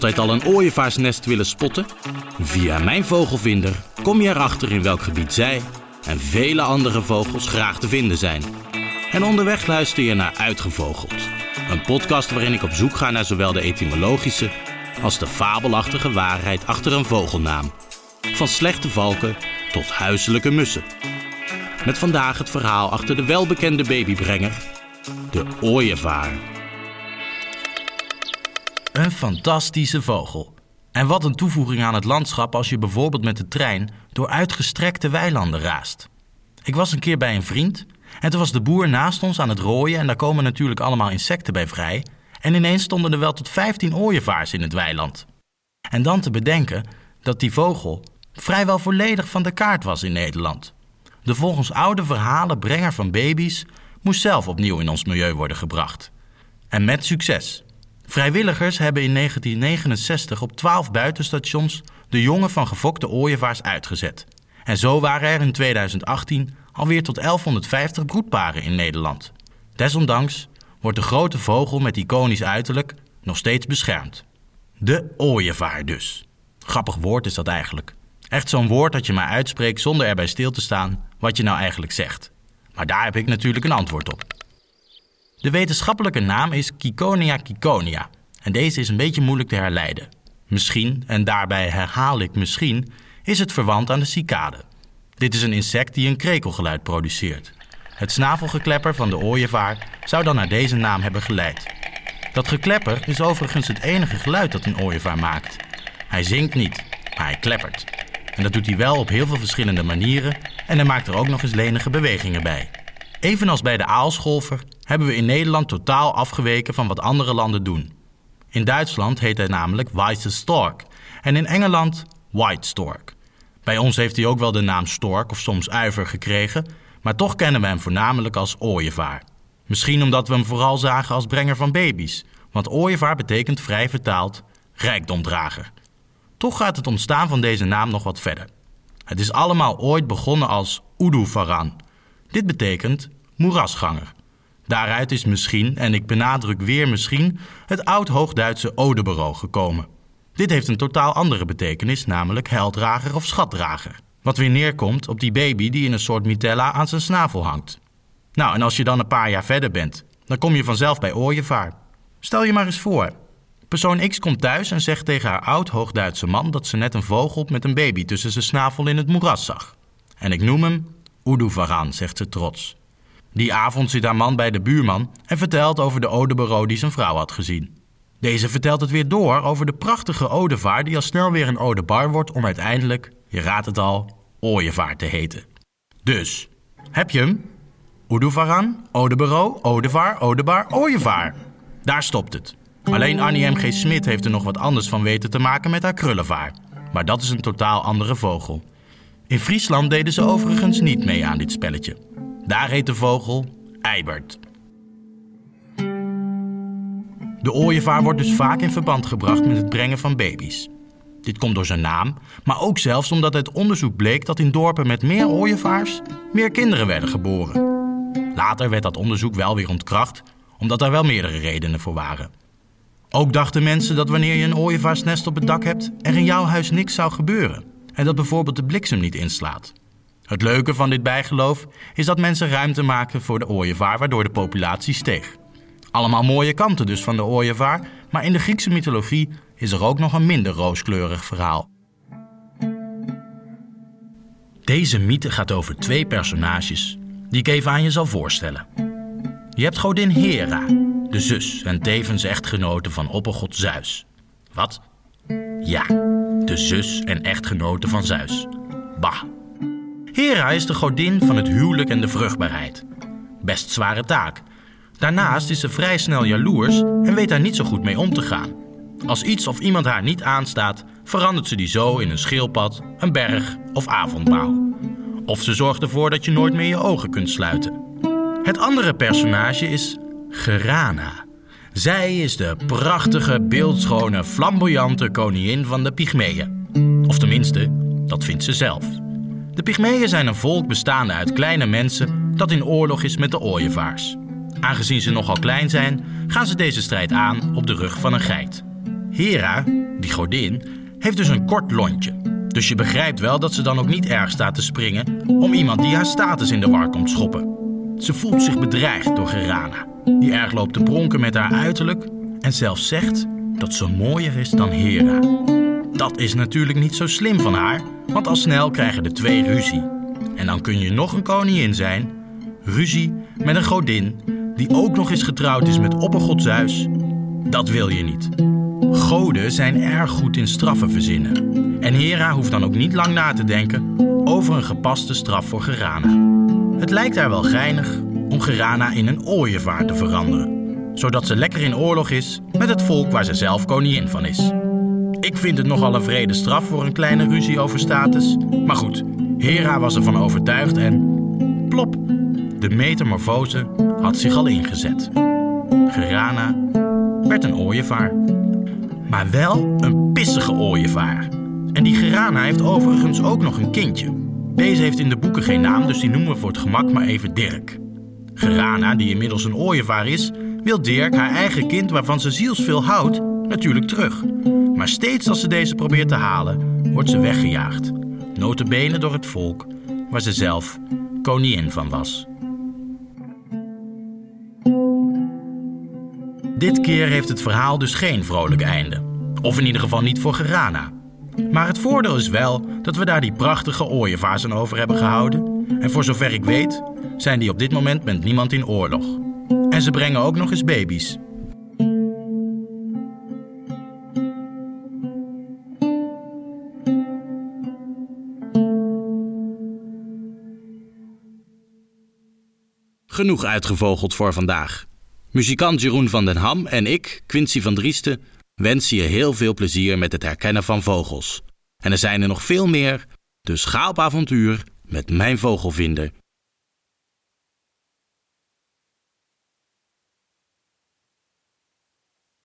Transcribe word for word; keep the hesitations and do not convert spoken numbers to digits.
Altijd al een ooievaarsnest willen spotten? Via mijn vogelvinder kom je erachter in welk gebied zij en vele andere vogels graag te vinden zijn. En onderweg luister je naar Uitgevogeld. Een podcast waarin ik op zoek ga naar zowel de etymologische als de fabelachtige waarheid achter een vogelnaam. Van slechte valken tot huiselijke mussen. Met vandaag het verhaal achter de welbekende babybrenger, de ooievaar. Een fantastische vogel. En wat een toevoeging aan het landschap als je bijvoorbeeld met de trein door uitgestrekte weilanden raast. Ik was een keer bij een vriend en toen was de boer naast ons aan het rooien en daar komen natuurlijk allemaal insecten bij vrij. En ineens stonden er wel tot vijftien ooievaars in het weiland. En dan te bedenken dat die vogel vrijwel volledig van de kaart was in Nederland. De volgens oude verhalen brenger van baby's moest zelf opnieuw in ons milieu worden gebracht. En met succes. Vrijwilligers hebben in negentien negenenzestig op twaalf buitenstations de jongen van gefokte ooievaars uitgezet. En zo waren er in tweeduizend achttien alweer tot elfhonderdvijftig broedparen in Nederland. Desondanks wordt de grote vogel met iconisch uiterlijk nog steeds beschermd. De ooievaar dus. Grappig woord is dat eigenlijk. Echt zo'n woord dat je maar uitspreekt zonder erbij stil te staan wat je nou eigenlijk zegt. Maar daar heb ik natuurlijk een antwoord op. De wetenschappelijke naam is Ciconia ciconia en deze is een beetje moeilijk te herleiden. Misschien, en daarbij herhaal ik misschien, is het verwant aan de cicade. Dit is een insect die een krekelgeluid produceert. Het snavelgeklepper van de ooievaar zou dan naar deze naam hebben geleid. Dat geklepper is overigens het enige geluid dat een ooievaar maakt. Hij zingt niet, maar hij kleppert. En dat doet hij wel op heel veel verschillende manieren en hij maakt er ook nog eens lenige bewegingen bij. Evenals bij de aalscholver hebben we in Nederland totaal afgeweken van wat andere landen doen. In Duitsland heet hij namelijk Weiße Stork en in Engeland White Stork. Bij ons heeft hij ook wel de naam stork of soms uiver gekregen, maar toch kennen we hem voornamelijk als ooievaar. Misschien omdat we hem vooral zagen als brenger van baby's, want ooievaar betekent vrij vertaald rijkdomdrager. Toch gaat het ontstaan van deze naam nog wat verder. Het is allemaal ooit begonnen als Oedoevaran. Dit betekent moerasganger. Daaruit is misschien, en ik benadruk weer misschien, het oud-Hoogduitse Odebero gekomen. Dit heeft een totaal andere betekenis, namelijk heildrager of schatdrager. Wat weer neerkomt op die baby die in een soort mitella aan zijn snavel hangt. Nou, en als je dan een paar jaar verder bent, dan kom je vanzelf bij ooievaar. Stel je maar eens voor. Persoon X komt thuis en zegt tegen haar oud-Hoogduitse man dat ze net een vogel met een baby tussen zijn snavel in het moeras zag. En ik noem hem Oedoevaran, zegt ze trots. Die avond zit haar man bij de buurman en vertelt over de Odebero die zijn vrouw had gezien. Deze vertelt het weer door over de prachtige odevaar die al snel weer een odebar wordt om uiteindelijk, je raadt het al, ooievaar te heten. Dus, heb je hem? Oedoevaran, Odebero, odevaar, odebar, ooievaar. Daar stopt het. Alleen Annie M G Smit heeft er nog wat anders van weten te maken met haar krullenvaar. Maar dat is een totaal andere vogel. In Friesland deden ze overigens niet mee aan dit spelletje. Daar heet de vogel eibert. De ooievaar wordt dus vaak in verband gebracht met het brengen van baby's. Dit komt door zijn naam, maar ook zelfs omdat uit onderzoek bleek dat in dorpen met meer ooievaars meer kinderen werden geboren. Later werd dat onderzoek wel weer ontkracht, omdat daar wel meerdere redenen voor waren. Ook dachten mensen dat wanneer je een ooievaarsnest op het dak hebt, er in jouw huis niks zou gebeuren. En dat bijvoorbeeld de bliksem niet inslaat. Het leuke van dit bijgeloof is dat mensen ruimte maakten voor de ooievaar, waardoor de populatie steeg. Allemaal mooie kanten dus van de ooievaar, maar in de Griekse mythologie is er ook nog een minder rooskleurig verhaal. Deze mythe gaat over twee personages die ik even aan je zal voorstellen. Je hebt godin Hera, de zus en tevens echtgenote van oppergod Zeus. Wat? Ja, de zus en echtgenote van Zeus. Bah. Hera is de godin van het huwelijk en de vruchtbaarheid. Best zware taak. Daarnaast is ze vrij snel jaloers en weet daar niet zo goed mee om te gaan. Als iets of iemand haar niet aanstaat, verandert ze die zo in een schildpad, een berg of avondmaal. Of ze zorgt ervoor dat je nooit meer je ogen kunt sluiten. Het andere personage is Gerana. Zij is de prachtige, beeldschone, flamboyante koningin van de Pygmeeën. Of tenminste, dat vindt ze zelf. De Pygmeeën zijn een volk bestaande uit kleine mensen dat in oorlog is met de ooievaars. Aangezien ze nogal klein zijn, gaan ze deze strijd aan op de rug van een geit. Hera, die godin, heeft dus een kort lontje. Dus je begrijpt wel dat ze dan ook niet erg staat te springen om iemand die haar status in de war komt schoppen. Ze voelt zich bedreigd door Gerana, die erg loopt te pronken met haar uiterlijk en zelfs zegt dat ze mooier is dan Hera. Dat is natuurlijk niet zo slim van haar, want al snel krijgen de twee ruzie. En dan kun je nog een koningin zijn, ruzie met een godin die ook nog eens getrouwd is met oppergod Zeus. Dat wil je niet. Goden zijn erg goed in straffen verzinnen. En Hera hoeft dan ook niet lang na te denken over een gepaste straf voor Gerana. Het lijkt haar wel geinig om Gerana in een ooievaar te veranderen, zodat ze lekker in oorlog is met het volk waar ze zelf koningin van is. Ik vind het nogal een wrede straf voor een kleine ruzie over status. Maar goed, Hera was ervan overtuigd en plop, de metamorfose had zich al ingezet. Gerana werd een ooievaar. Maar wel een pissige ooievaar. En die Gerana heeft overigens ook nog een kindje. Deze heeft in de boeken geen naam, dus die noemen we voor het gemak maar even Dirk. Gerana, die inmiddels een ooievaar is, wil Dirk, haar eigen kind waarvan ze zielsveel houdt, natuurlijk terug. Maar steeds als ze deze probeert te halen, wordt ze weggejaagd. Nota bene door het volk, waar ze zelf koningin van was. Dit keer heeft het verhaal dus geen vrolijk einde. Of in ieder geval niet voor Gerana. Maar het voordeel is wel dat we daar die prachtige ooievaars aan over hebben gehouden. En voor zover ik weet, zijn die op dit moment met niemand in oorlog. En ze brengen ook nog eens baby's. Genoeg uitgevogeld voor vandaag. Muzikant Jeroen van den Ham en ik, Quincy van Driesten, wensen je heel veel plezier met het herkennen van vogels. En er zijn er nog veel meer, dus ga op avontuur met Mijn Vogelvinder